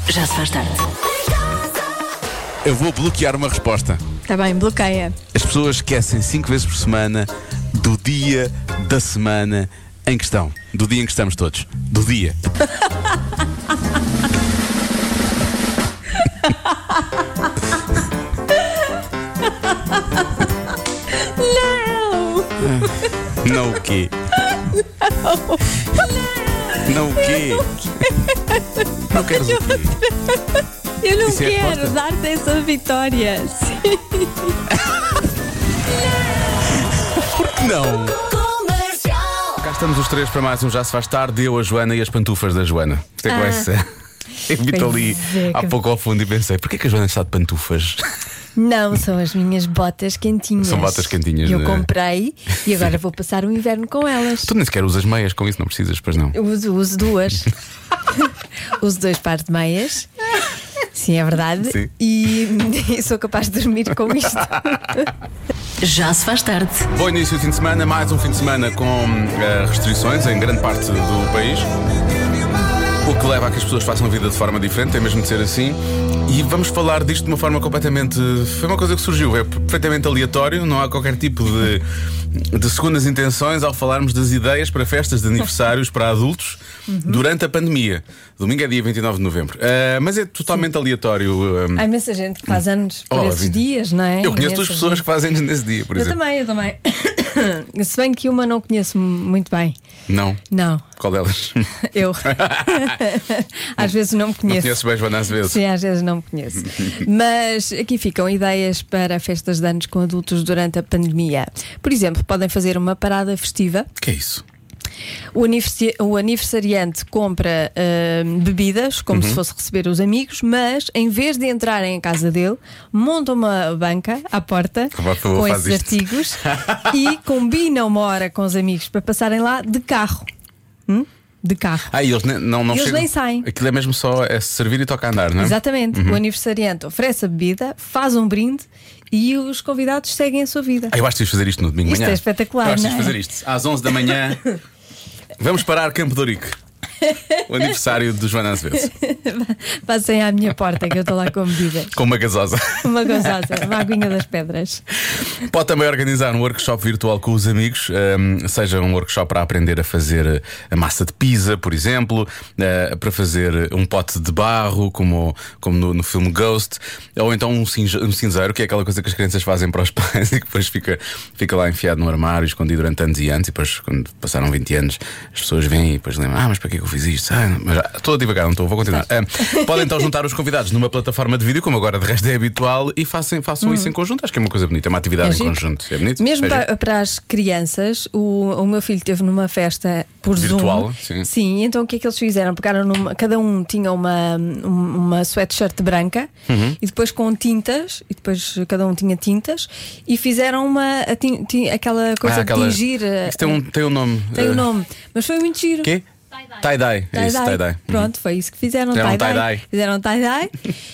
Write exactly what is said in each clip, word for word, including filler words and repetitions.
Já se faz tarde. Eu vou bloquear uma resposta. Está bem, bloqueia. As pessoas esquecem cinco vezes por semana do dia da semana em questão. Do dia em que estamos todos. Do dia. Não! Não o quê? Não o quê? Não queres o quê? Eu não Isso é a quero resposta? dar-te essa vitória. Sim. Por que não? Cá estamos os três para mais um Já se faz tarde. Eu, a Joana e as pantufas da Joana. Isto é que vai Ah. ser. Eu vi-te Pois ali é, há que- pouco ao fundo e pensei: porquê que a Joana está de pantufas? Não, são as minhas botas quentinhas. São botas quentinhas, Eu não é? comprei e agora vou passar o inverno com elas. Tu nem sequer usas meias com isso, não precisas, pois não? Eu uso, uso duas. Uso dois pares de meias. Sim, é verdade. Sim. E, e sou capaz de dormir com isto. Já se faz tarde. Bom início de fim de semana, mais um fim de semana com eh, restrições em grande parte do país. O que leva a que as pessoas façam a vida de forma diferente, tem mesmo de ser assim. E vamos falar disto de uma forma completamente. Foi uma coisa que surgiu, é perfeitamente aleatório, não há qualquer tipo de, de segundas intenções ao falarmos das ideias para festas de aniversários para adultos durante a pandemia. Domingo é dia vinte e nove de novembro. Ah, mas é totalmente aleatório. ah, Há imensa gente que faz anos por Oh, esses vinte. dias, não é? Eu conheço duas Imensa pessoas gente. que fazem anos nesse dia, por Eu exemplo. também, eu também. Se bem que uma não conheço muito bem. Não. Não, Qual delas? eu. Às vezes não me Não conheço. conheces bem, Joana, às vezes. Sim, às vezes não me conheço. Mas aqui ficam ideias para festas de anos com adultos durante a pandemia. Por exemplo, podem fazer uma parada festiva. O que é isso? O, aniversi- o aniversariante compra hum, bebidas, como Uhum. se fosse receber os amigos, mas em vez de entrarem em casa dele, monta uma banca à porta Por favor, com faz esses isto. artigos e combina uma hora com os amigos para passarem lá de carro. Hum? De carro. Ah, e eles ne- não, não Eles chegam. nem saem. Aquilo é mesmo só é servir e tocar a andar, não é? Exatamente. O aniversariante oferece a bebida, faz um brinde e os convidados seguem a sua vida. Ah, eu acho que tens de fazer isto no domingo de Isto manhã. é espetacular, Eu acho que não tens de é? fazer isto. Às onze da manhã, vamos parar Campo de Ourique. O aniversário de Joana Azevedo. Passem à minha porta que eu estou lá com bebidas. Com uma gasosa. Uma gozosa, uma aguinha das pedras. Pode também organizar um workshop virtual com os amigos, um, seja um workshop para aprender a fazer a massa de pizza, por exemplo, uh, para fazer um pote de barro, como, como no, no filme Ghost, ou então um, cinge, um cinzeiro, que é aquela coisa que as crianças fazem para os pais e que depois fica, fica lá enfiado no armário, escondido durante anos e anos, e depois, quando passaram vinte anos, as pessoas vêm e depois lembram: ah, mas para que é que eu fiz isto? Ah, não, mas já, estou a divagar, não estou, vou continuar. Um, podem então juntar os convidados numa plataforma de vídeo, como agora de resto é habitual, e façam, façam isso em conjunto. Acho que é uma coisa bonita, é uma atividade É em giro. conjunto. É bonito? Mesmo É giro. para, para as crianças, o, o meu filho esteve numa festa por Virtual, Zoom. sim. então o que é que eles fizeram? Pegaram numa, cada um tinha uma, um- uma sweatshirt branca Uhum. e depois com tintas, e depois cada um tinha tintas, e fizeram uma a tin- tin- aquela coisa Ah, aquela- de tingir. a- Isso tem um, tem um nome. tem o eh, nome, mas foi muito giro. Quê? Tie-dye. É isso, Tie-dye. tie-dye. Pronto, foi isso que fizeram. Fizeram tie-dye. tie-dye. Fizeram tie-dye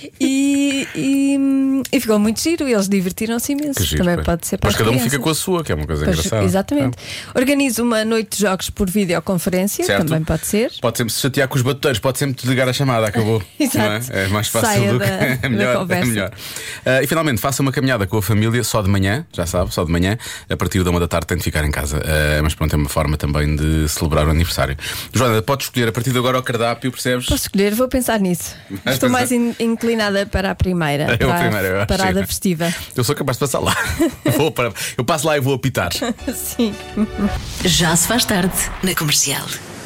e, e, e ficou muito giro. Eles divertiram-se imenso. Que giro, Também pois. pode ser para Mas as cada um crianças. fica com a sua, que é uma coisa Pois, engraçada. exatamente. Organiza uma noite de jogos por videoconferência, Certo. também pode ser. Pode sempre se chatear com os batuteiros, pode sempre desligar a chamada, acabou. Exato. Não é? É mais fácil Saia do da- que é da melhor. conversa. É melhor. Ah, e finalmente, faça uma caminhada com a família só de manhã, já sabe, só de manhã. A partir da uma da tarde tem de ficar em casa. Ah, mas pronto, é uma forma também de celebrar o aniversário. Joana, podes escolher a partir de agora o cardápio, percebes? Posso escolher, vou pensar nisso. Vais Estou pensar. mais in- inclinada para a primeira, Eu para a primeira, eu a acho. parada festiva. Eu sou capaz de passar lá. Vou para... Eu passo lá e vou apitar. Sim. Já se faz tarde na Comercial.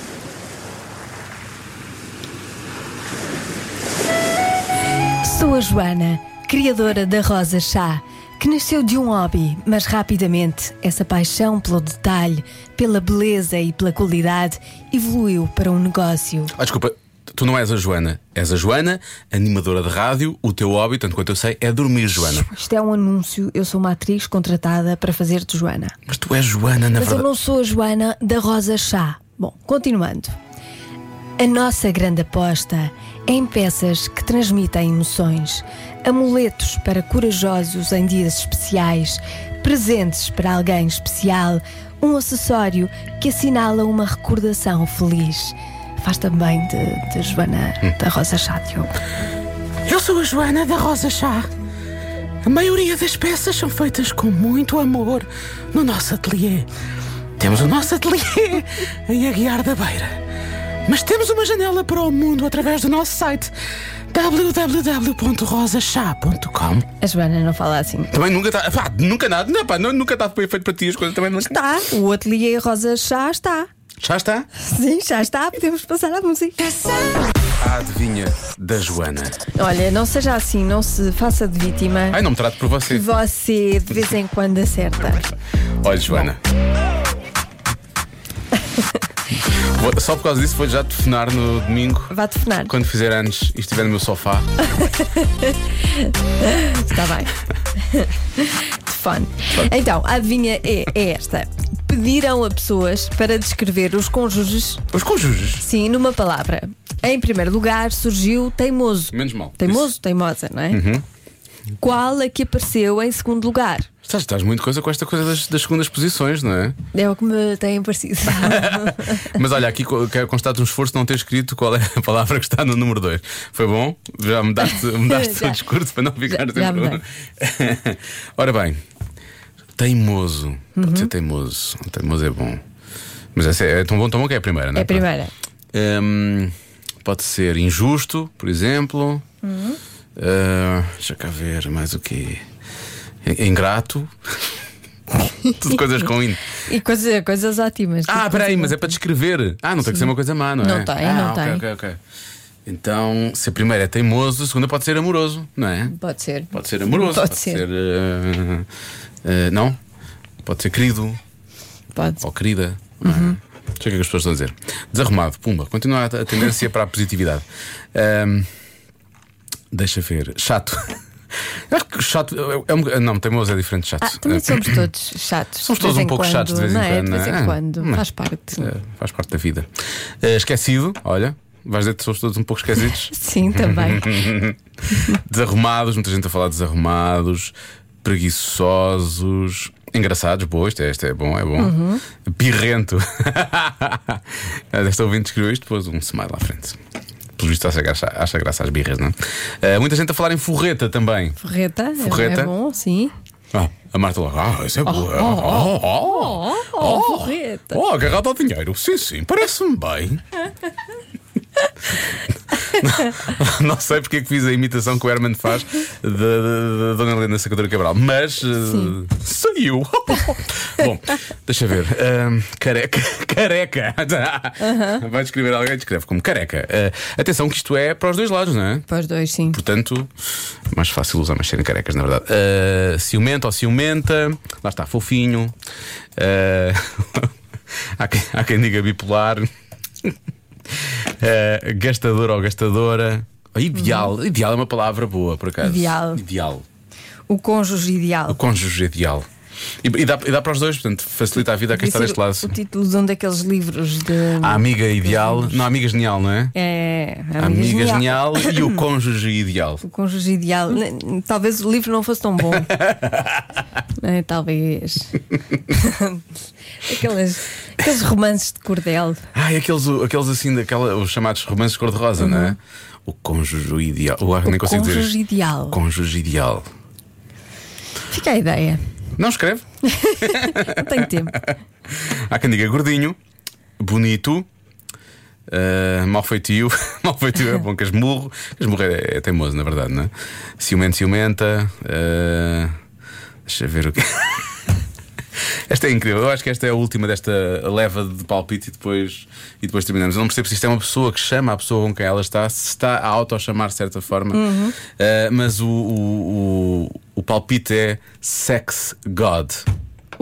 Sou a Joana, criadora da Rosa Chá, que nasceu de um hobby, mas rapidamente essa paixão pelo detalhe, pela beleza e pela qualidade evoluiu para um negócio. Ah, desculpa, tu não és a Joana, és a Joana, animadora de rádio. O teu hobby, tanto quanto eu sei, é dormir, Joana. Isto é um anúncio, eu sou uma atriz contratada para fazer de Joana. Mas tu és Joana, na Mas eu verdade. não sou a Joana da Rosa Chá. Bom, continuando. A nossa grande aposta é em peças que transmitem emoções, amuletos para corajosos em dias especiais, presentes para alguém especial, um acessório que assinala uma recordação feliz. faz também de, de Joana hum. da Rosa Chá, Diogo. Eu sou a Joana da Rosa Chá. A maioria das peças são feitas com muito amor no nosso ateliê. Temos o nosso ateliê em Aguiar da Beira, mas temos uma janela para o mundo através do nosso site w w w ponto rosa chá ponto com. A Joana não fala assim. Também nunca está. Pá, nunca nada. Não, pá, nunca está feito para ti as coisas também. Nunca... Está. O ateliê Rosa Chá está. Já está? Sim, já está. Podemos passar à música. A adivinha da Joana. Olha, não seja assim, não se faça de vítima. Ai, não me trate por você. Que você de vez em quando acerta. Olha, Joana. Só por causa disso vou já telefonar no domingo. Vá telefonar. Quando fizer anos e estiver no meu sofá. Está bem. Telefone. Então, a adivinha é, é esta. Pediram a pessoas para descrever os cônjuges. Os cônjuges? Sim, numa palavra. Em primeiro lugar surgiu teimoso. Menos mal. Teimoso, Isso. teimosa, não é? Uhum. Qual a que apareceu em segundo lugar? Estás, estás muito coisa com esta coisa das, das segundas posições, não é? É o que me tem parecido. Mas olha, aqui quero constar um esforço de não ter escrito qual é a palavra que está no número dois. Foi bom? Já mudaste, mudaste o discurso para não ficar já, sempre. Ora bem, teimoso. Pode uhum. ser teimoso. Teimoso é bom. Mas essa é, é tão bom, tão bom que é a primeira, não é? É a primeira. Hum, pode ser injusto, por exemplo. Uhum. Uh, deixa cá ver mais o quê? Ingrato. Tudo coisas com in. E coisas, coisas ótimas. Ah, peraí, mas é para descrever. Ah, não tem Sim. que ser uma coisa má, não é? Não tem, ah, não okay, tem. Okay, okay. Então, se a primeira é teimoso, a segunda pode ser amoroso, não é? Pode ser. Pode ser amoroso. Pode, pode ser. ser uh, uh, não? Pode ser querido. Pode. Ou querida. Uhum. Não é? Deixa eu ver o que as pessoas estão a dizer. Desarrumado, pumba. Continua a tendência para a positividade. Um, deixa ver. Chato. Eu acho que chato é um, não, teimoso é diferente de chato. Ah, também somos todos chatos. Somos todos um pouco quando, chatos de vez em não quando. É, de vez em não é? quando. Não. Faz parte. É, faz parte da vida. Uh, esquecido, olha. Vais dizer que somos todos um pouco esquecidos? Sim, também. Desarrumados, muita gente a falar de desarrumados. Preguiçosos. Engraçados, boa, este é, este é bom, é bom. Uhum. Pirrento. Esta ouvinte escreveu isto, depois um smile à frente. Pelo visto acha graça, acha graça às birras, não é? Uh, muita gente a falar em forreta também. Forreta, forreta. É, é bom, sim. Ah, a Marta logo, ah, isso é oh, boa. Oh, oh, oh, oh, oh, oh, forreta. Oh, agarrado ao dinheiro, sim, sim, parece-me bem. não, não sei porque é que fiz a imitação que o Herman faz da Dona Helena Sacadura Cabral, mas uh, saiu. Bom, deixa ver. Uh, careca. Careca. Uh-huh. Vai descrever alguém, descreve como careca. Uh, atenção que isto é para os dois lados, não é? Para os dois, sim. Portanto, mais fácil usar mais serem carecas, na verdade. Uh, ciumento ou ciumenta. Lá está, fofinho. Uh, há, quem, há quem diga bipolar. Uh, gastador ou gastadora. Oh, ideal. Uhum. Ideal é uma palavra boa, por acaso. Ideal. Ideal. O cônjuge ideal. O cônjuge ideal. E, e, dá, e dá para os dois, portanto, facilita a vida a quem está deste lado. O título de um daqueles livros de. A amiga ideal. Não, a amiga genial, não é? É. A amiga, amiga genial. genial e o cônjuge ideal. O cônjuge ideal. Talvez o livro não fosse tão bom. É, talvez. Aquelas, aqueles romances de cordel. Ah, e aqueles, aqueles assim, daquela, os chamados romances cor-de-rosa, uhum. não é? O cônjuge ideal. O, o nem consigo dizer. Cônjuge ideal. O cônjuge ideal. Fica a ideia. Não escreve? Não tenho tempo. Há quem diga gordinho, bonito, uh, mal feitio. Mal feitio é bom, casmurro. Casmurro é, é teimoso, na verdade, não é? Ciumento, ciumenta. Uh, deixa eu ver o que. Esta é incrível, eu acho que esta é a última desta leva de palpite e depois, e depois terminamos. Eu não percebo se isto é uma pessoa que chama a pessoa com quem ela está, se está a auto-chamar de certa forma, uhum. uh, mas o, o, o, o palpite é Sex God. Uh,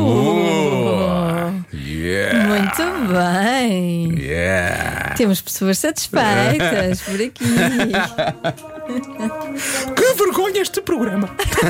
uh yeah. Muito bem. Yeah. Temos pessoas satisfeitas por aqui. Que vergonha este programa.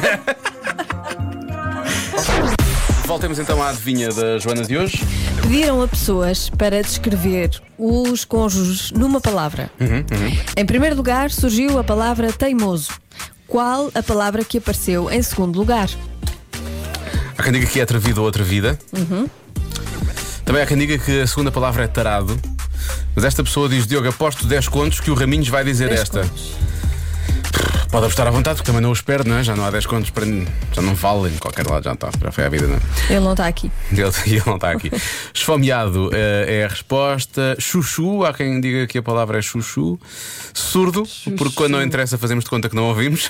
Voltemos então à adivinha da Joana de hoje. Pediram a pessoas para descrever os cônjuges numa palavra. Uhum, uhum. Em primeiro lugar surgiu a palavra teimoso. Qual a palavra que apareceu em segundo lugar? Há quem diga que é atrevido ou atrevida. Uhum. Também há quem diga que a segunda palavra é tarado. Mas esta pessoa diz: Diogo, aposto dez contos que o Raminhos vai dizer dez esta. contos. Pode apostar à vontade, porque também não o espero, não é? Já não há dez contos para. Já não vale em qualquer lado, já está. Já foi à vida, não é? Ele não está aqui. Ele, ele não está aqui. Esfomeado eh, é a resposta. Chuchu, há quem diga que a palavra é chuchu. Surdo, porque quando não interessa fazemos de conta que não ouvimos.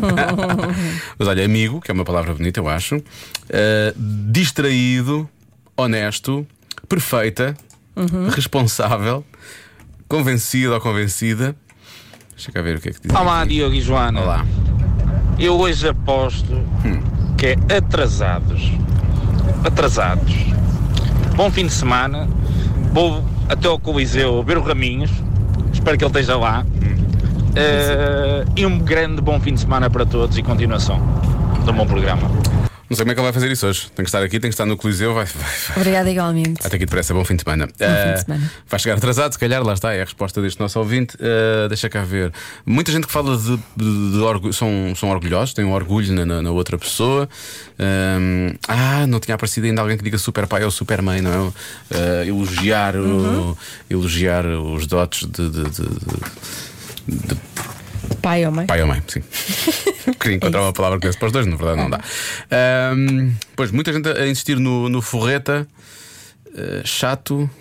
Mas olha, amigo, que é uma palavra bonita, eu acho. Eh, distraído, honesto, perfeita, uhum. responsável, convencido ou convencida. Deixa cá ver o que é que diz. Olá, aqui. Diogo e Joana. Olá. Eu hoje aposto hum. que é atrasados. Atrasados. Bom fim de semana. Vou até ao Coliseu ver o Raminhos. Espero que ele esteja lá. Hum. Uh, e um grande bom fim de semana para todos e continuação de um bom programa. Não sei como é que ele vai fazer isso hoje. Tem que estar aqui, tem que estar no Coliseu. Vai, vai, vai. Obrigada, igualmente. Até aqui depressa, bom fim de semana. Bom uh, fim de semana. Vai chegar atrasado, se calhar, lá está, é a resposta deste nosso ouvinte. Uh, deixa cá ver. Muita gente que fala de, de, de orgulho, são, são orgulhosos, têm um orgulho na, na, na outra pessoa. Uh, ah, não tinha aparecido ainda alguém que diga super pai ou super mãe, não é? Uh, elogiar, uhum. o, elogiar os dotes de, de, de, de, de pai ou mãe. Pai ou mãe, sim. Queria encontrar é uma palavra que desse para os dois, na verdade não dá. Um, pois, muita gente a insistir no, no forreta. Uh, chato.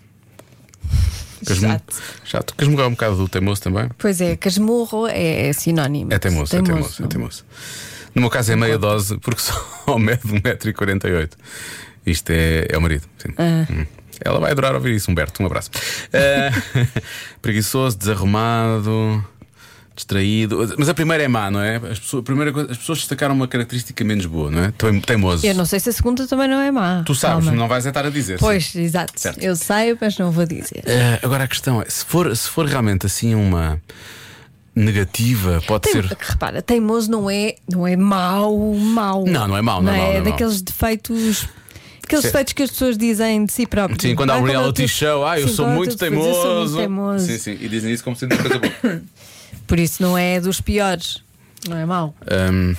Casmo... Chato. Chato. Casmurro é um bocado do teimoso também. Pois é, casmurro é, é sinónimo. É teimoso, teimoso, é teimoso, é teimoso. No meu caso é meia dose, porque só mede um metro e quarenta e oito. Isto é, é o marido, sim. Ah. Hum. Ela vai adorar ouvir isso, Humberto. Um abraço. Uh, preguiçoso, desarrumado, distraído. Mas a primeira é má, não é? As pessoas, a primeira coisa, as pessoas destacaram uma característica menos boa, não é? Teimoso. Eu não sei se a segunda também não é má. Tu sabes, Calma. Não vais estar a dizer. Pois, sim. exato. Certo. Eu sei, mas não vou dizer. Uh, agora a questão é: se for, se for realmente assim uma negativa, pode Tem, ser. Repara, teimoso não é, não é mau, mau. Não, não é mau, não, não é mau. É não é daqueles mau. defeitos. Aqueles defeitos que as pessoas dizem de si próprios. Sim, quando há um reality tu... show, ah, eu, sim, sou muito teimoso. eu sou muito teimoso. Sim, sim, e dizem isso como sendo uma coisa boa. Por isso não é dos piores. Não é mau. Um...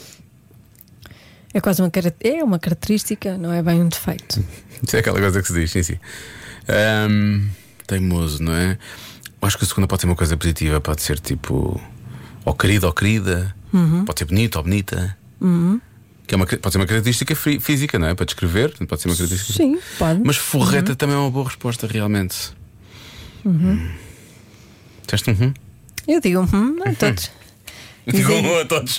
É quase uma, é uma característica, não é bem um defeito. Isso é aquela coisa que se diz, sim, sim. Um... Teimoso, não é? Eu acho que a segunda pode ser uma coisa positiva. Pode ser tipo, ou querido ou querida, uhum. Pode ser bonito ou bonita, uhum. Que é uma, pode ser uma característica física, não é? Para descrever, pode ser uma característica. Sim, pode. Mas forreta uhum. também é uma boa resposta, realmente. Uhum. Disseste um hum? Eu digo um hum a todos. Digo um a todos.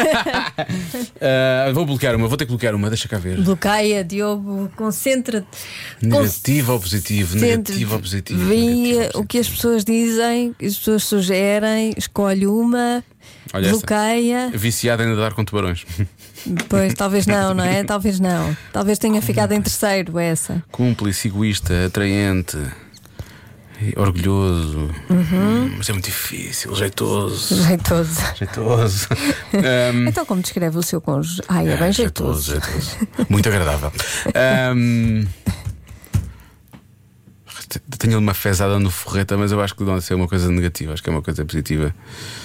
uh, Vou bloquear uma, vou ter que bloquear uma, deixa cá ver. Bloqueia, Diogo, concentra-te. Negativo ou positivo? Negativo ou positivo? Vê o que as pessoas dizem, as pessoas sugerem, escolhe uma. Olha, bloqueia. Viciada em nadar com tubarões. Pois, talvez não, não é? Talvez não. Talvez tenha ficado em terceiro essa. Cúmplice, egoísta, atraente, orgulhoso, uhum. Mas é muito difícil, jeitoso. Jeitoso. Jeitoso. um... Então, como descreve o seu cônjuge? Ai, é bem é, jeitoso. jeitoso. jeitoso. Muito agradável. um... Tenho uma fezada no forreta, mas eu acho que não deve ser uma coisa negativa, acho que é uma coisa positiva.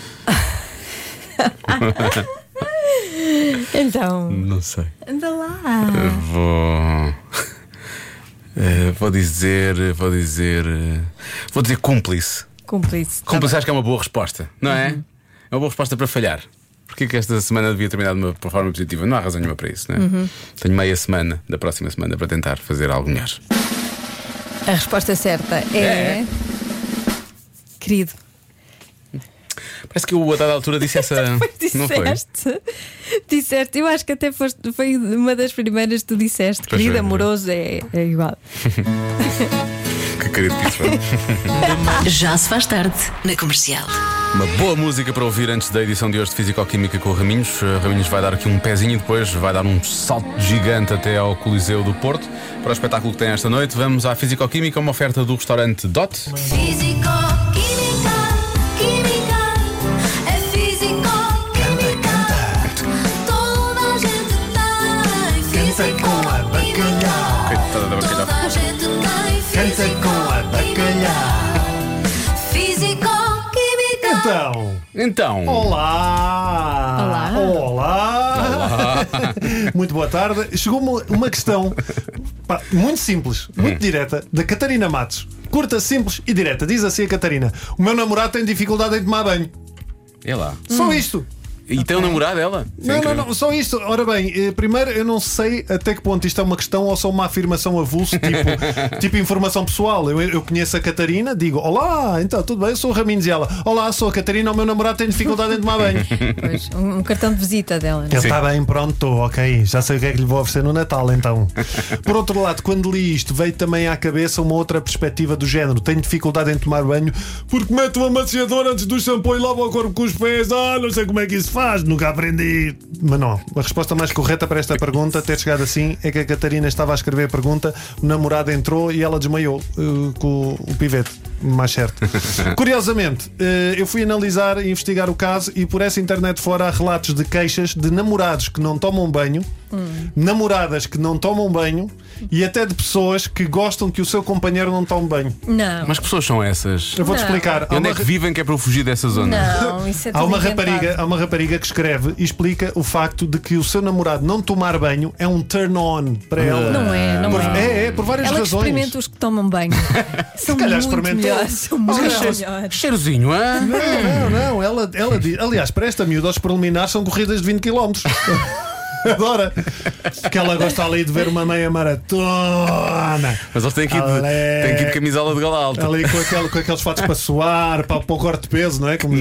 Então, não sei. Anda lá. Vou. Uh, vou dizer. Vou dizer. Uh, vou dizer cúmplice. Cúmplice. Cúmplice tá acho que é uma boa resposta, não é? Uhum. É uma boa resposta para falhar. Porquê que esta semana devia terminar de uma forma positiva? Não há razão nenhuma para isso, não é? Uhum. Tenho meia semana da próxima semana para tentar fazer algo melhor. A resposta certa é. é. Querido. Parece que eu a dada altura disse essa. Disseste, não foi? Disseste, eu acho que até foste, foi uma das primeiras que tu disseste. Pois querido, é, amoroso, é, é igual. Que querido que isso foi. Já se faz tarde na Comercial. Uma boa música para ouvir antes da edição de hoje de Físico-Química com o Raminhos. O Raminhos vai dar aqui um pezinho e depois vai dar um salto gigante até ao Coliseu do Porto para o espetáculo que tem esta noite. Vamos à Físico-Química, uma oferta do restaurante Dot. Físico-Química, Química, é Físico-Química. Toda a gente tem Físico-Química. Com a bacalhau. Coitada da bacalhau. Toda a gente tem Canta com a bacalhau. Físico-Química. Então. Então. Olá. Olá. Olá. Olá. Muito boa tarde. Chegou uma, uma questão Pá, muito simples, muito direta, da Catarina Matos. Curta, simples e direta. Diz assim a Catarina: o meu namorado tem dificuldade em tomar banho. É lá. Só isto. E tem um namorado dela? Isso é Não, não, incrível. não, só isto. Ora bem, eh, primeiro eu não sei até que ponto isto é uma questão ou só uma afirmação avulso, tipo, tipo informação pessoal. Eu, eu conheço a Catarina, digo: olá, então tudo bem, eu sou o Raminhos, e ela: olá, sou a Catarina, o meu namorado tem dificuldade em tomar banho. Pois, um, um cartão de visita dela. Ele está bem, pronto, estou, ok, já sei o que é que lhe vou oferecer no Natal então. Por outro lado, quando li isto, veio também à cabeça uma outra perspectiva do género: tenho dificuldade em tomar banho porque meto o amaciador antes do shampoo e lavo o corpo com os pés. Ah, não sei como é que isso faz, nunca aprendi. Mas não, a resposta mais correta para esta pergunta, ter chegado assim, é que a Catarina estava a escrever a pergunta, o namorado entrou e ela desmaiou uh, com o pivete. Mais certo. Curiosamente, uh, eu fui analisar e investigar o caso e por essa internet fora há relatos de queixas de namorados que não tomam banho, hum. namoradas que não tomam banho e até de pessoas que gostam que o seu companheiro não tome banho. Não. Mas que pessoas são essas? Eu vou-te Não. explicar. E Há onde uma, é que vivem que é para eu fugir dessa zona? Não, isso é tudo há, uma inventado. rapariga, há uma rapariga que escreve e explica o facto de que o seu namorado não tomar banho é um turn on para ela. Não é, não Por- é. é, é, por várias Ela que razões. experimenta os que tomam banho. São calhar muito experimentou. melhores. São muito Cheiro- melhores. Cheirozinho, hã? Não, não, não. Ela, ela diz. Aliás, para esta miúda, os preliminares são corridas de vinte quilómetros. Adora. Que ela gosta ali de ver uma meia maratona. Mas eles têm que ir de, Ale- têm que ir de camisola de gola alta. Ali com, aquele, com aqueles fatos para suar, para, para o corte de peso, não é? Como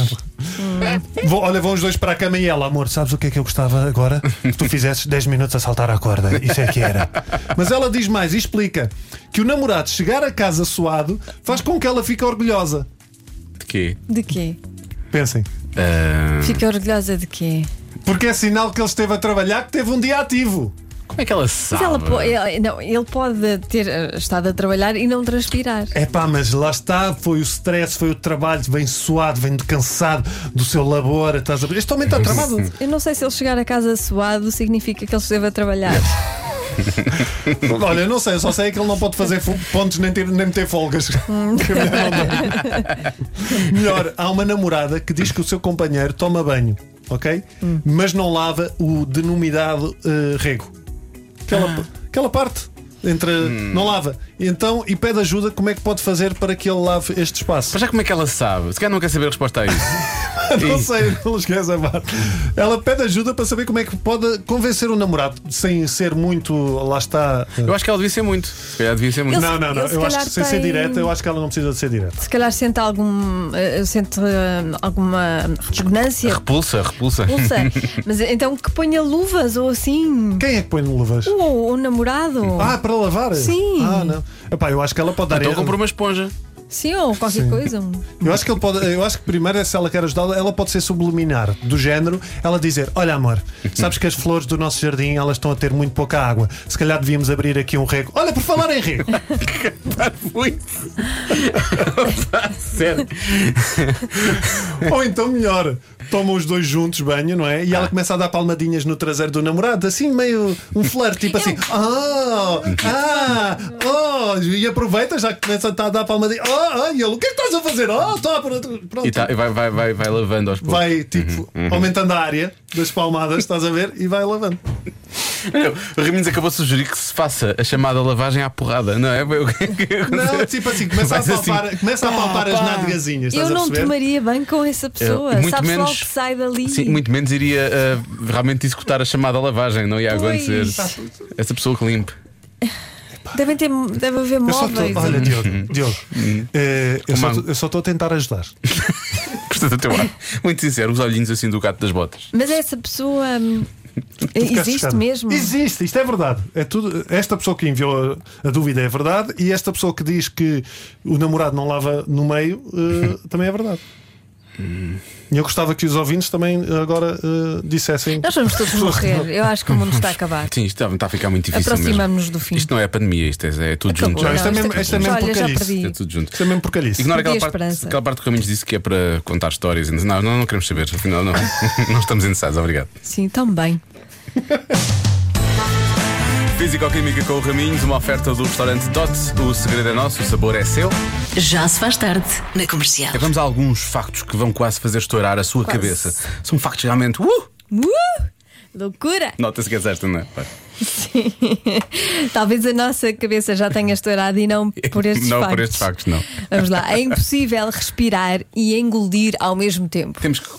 Vou- olha, vão os dois para a cama e ela: amor, sabes o que é que eu gostava agora? Que tu fizesses dez minutos a saltar à corda. Isso é que era. Mas ela diz mais e explica que o namorado chegar a casa suado faz com que ela fique orgulhosa. De quê? De quê? Pensem. Ah, Fica orgulhosa de quê? Porque é sinal que ele esteve a trabalhar, que teve um dia ativo. como é que ela Mas sabe? ela po- ele, não, ele pode ter eh, estado a trabalhar e não transpirar. É pá, mas lá está, foi o stress, foi o trabalho, vem suado, vem cansado do seu labor. Estás a ver? Este homem está tramado. Eu não sei se ele chegar a casa suado significa que ele esteve a trabalhar. Olha, eu não sei, eu só sei que ele não pode fazer fo- pontos nem, ter, nem meter folgas. Que a mulher não dá. Melhor, há uma namorada que diz que o seu companheiro toma banho, ok? Mas não lava o denominado eh, rego. Aquela, aquela parte entre. Não lava. Então, e pede ajuda, como é que pode fazer para que ele lave este espaço? Mas já como é que ela sabe? Se calhar não quer saber a resposta a isso. Não sei, não esquece a parte. Ela pede ajuda para saber como é que pode convencer o namorado sem ser muito. Lá está. Eu acho que ela devia ser muito. Se calhar devia ser muito. Ele- Não, não, não. ele se Eu acho calhar que sem ser tem- direta, eu acho que ela não precisa de ser direta. Se calhar sente algum eh, sente eh, alguma repugnância, Repulsa, repulsa. pulsa. Mas então que ponha luvas ou assim. Quem é que põe no luvas? O, o namorado. Ah, para lavar? Sim. Ah, não. Epá, eu acho que ela pode dar. Então comprou uma esponja. Sim, ou qualquer Sim. coisa. Eu acho que ele pode. Eu acho que primeiro, se ela quer ajudá-la, ela pode ser subliminar, do género, ela dizer: olha, amor, sabes que as flores do nosso jardim elas estão a ter muito pouca água. Se calhar devíamos abrir aqui um rego. Olha, por falar em rego. Muito. Sério. Ou então melhor, tomam os dois juntos banho, não é? E ela começa a dar palmadinhas no traseiro do namorado, assim meio um flerte, tipo assim, ah, ah, oh, e aproveita, já que começa a dar palmadinhas, ah, ah, e ele, o que é que estás a fazer? Ah, está, pronto. E tá, vai, vai, vai, vai lavando aos poucos. Vai, tipo, aumentando a área das palmadas, estás a ver? E vai lavando. O Raminhos acabou de sugerir que se faça a chamada lavagem à porrada, não é? Não, tipo assim, começa a Vais assim, palpar, começa a palpar as nadegazinhas, estás Eu a não perceber? tomaria bem com essa pessoa. muito Sabes menos- logo que sai dali. Sim, muito menos iria uh, realmente executar a chamada lavagem, não ia Pois. acontecer. Essa pessoa que limpe. Devem ter, deve haver Eu só tô, móveis. olha, Diogo, Diogo eh, eu, só, Uma- eu só estou a tentar ajudar. Gostei do teu ar. Muito sincero, os olhinhos assim do gato das botas. Mas essa pessoa hum, Ficaste existe chocado. mesmo. Existe, isto é verdade. É tudo, esta pessoa que enviou a, a dúvida é verdade e esta pessoa que diz que o namorado não lava no meio eh, também é verdade. E eu gostava que os ouvintes também agora eh, dissessem. Nós vamos todos morrer. Eu acho que o mundo está a acabar. Sim, isto está, está a ficar muito difícil mesmo. Aproximamos-nos do fim. Isto não é a pandemia, isto é, é tudo Acabou. junto. Não, já. isto é Não, mesmo, isto isto é mesmo Olha, já porcalhice. perdi. É tudo junto. Isto é mesmo porcalhice. Ignora Perdi aquela a parte, esperança. aquela parte que o Caminhos disse que é para contar histórias. Não, não, não queremos saber. Afinal, não, não estamos interessados. Obrigado. Sim, tão bem. Físico-Química com o Raminhos, uma oferta do restaurante Dot. O segredo é nosso, o sabor é seu. Já se faz tarde na Comercial. Vamos a alguns factos que vão quase fazer estourar a sua Quase. cabeça. São factos realmente. Uh! Uh! Loucura! Nota-se que é esta, não é? Vai. Sim. Talvez a nossa cabeça já tenha estourado e não por estes Não factos. por estes factos, não. Vamos lá. É impossível respirar e engolir ao mesmo tempo. Temos que.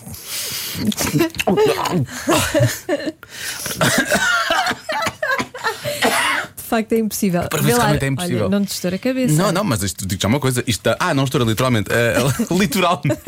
De facto é impossível. Para ver se Vê lá, realmente é impossível. olha, não te estoura a cabeça. Não, não, mas isto digo já uma coisa. Isto está... Ah, não estoura literalmente. Uh, literalmente.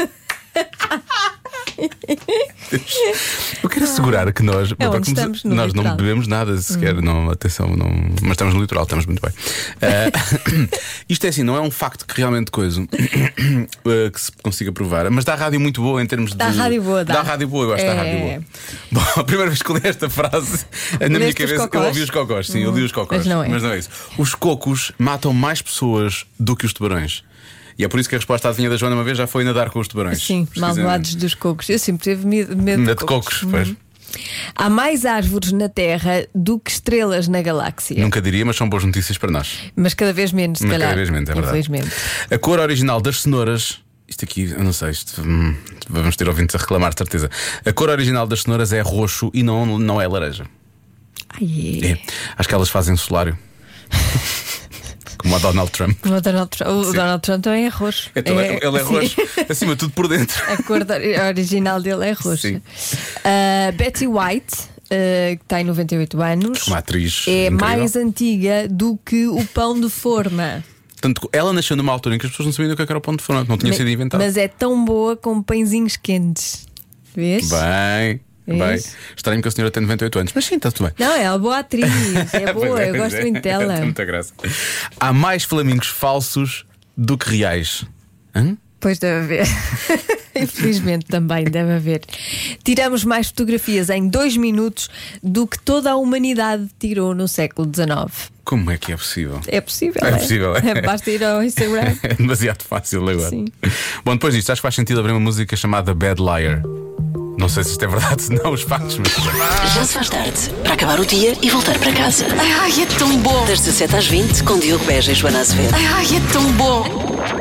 Eu quero assegurar que nós, É onde como estamos, no nós não litoral. bebemos nada sequer, Hum. não, atenção, não, mas estamos no litoral, estamos muito bem. Uh, isto é assim, não é um facto que realmente coisa uh, que se consiga provar, mas dá rádio muito boa em termos Dá de. rádio boa, dá. Dá rádio boa, eu gosto É. da rádio boa. Bom, a primeira vez que li esta frase, na minha Leste os cabeça, eu cocós? ouvi os cocós, sim, eu li os cocós, mas não é. mas não é isso. Os cocos matam mais pessoas do que os tubarões. E é por isso que a resposta à adivinha da Joana uma vez já foi nadar com os tubarões. Sim, Precisamente. malvados dos cocos. Eu sempre tive medo, medo Medo de de cocos. cocos, pois. Uhum. Há mais árvores na Terra do que estrelas na galáxia. Nunca diria, mas são boas notícias para nós. Mas cada vez menos, se Mas calhar. cada vez menos, é verdade. Infelizmente. A cor original das cenouras. Isto aqui, eu não sei, isto, hum, vamos ter ouvintes a reclamar, de certeza. A cor original das cenouras é roxo e não, não é laranja. Ai, É. Acho que elas fazem solário. Como a Donald Trump. O Donald, Trump, o Donald Trump também é roxo. Então, É- ele é sim. roxo, acima de tudo por dentro. A cor da- original dele é roxa. Sim. Uh, Betty White, uh, que tem noventa e oito anos, Uma atriz é incrível. mais antiga do que o pão de forma. Portanto, ela nasceu numa altura em que as pessoas não sabiam do que era o pão de forno, não tinha sido inventado. Mas é tão boa com pãezinhos quentes. Vês? Bem, bem. Vês? Estranho que a senhora tem noventa e oito anos, mas sim, está tudo bem. Não, é uma boa atriz. É boa, Pois é, eu pois gosto é. muito dela. Tem muita graça. Há mais flamingos falsos do que reais. Hã? Pois deve haver. Infelizmente também deve haver. Tiramos mais fotografias em dois minutos do que toda a humanidade tirou no século dezenove. Como é que é possível? É possível, É possível, é. Basta ir ao Instagram. É demasiado fácil agora. Sim. Bom, depois disto, acho que faz sentido abrir uma música chamada Bad Liar. Não sei se isto é verdade, se não, os factos, mas. Já se faz tarde. Para acabar o dia e voltar para casa. Ai, é tão bom. Das dezassete às vinte, com Diogo Beja e Joana Azevedo. Ai, é tão bom.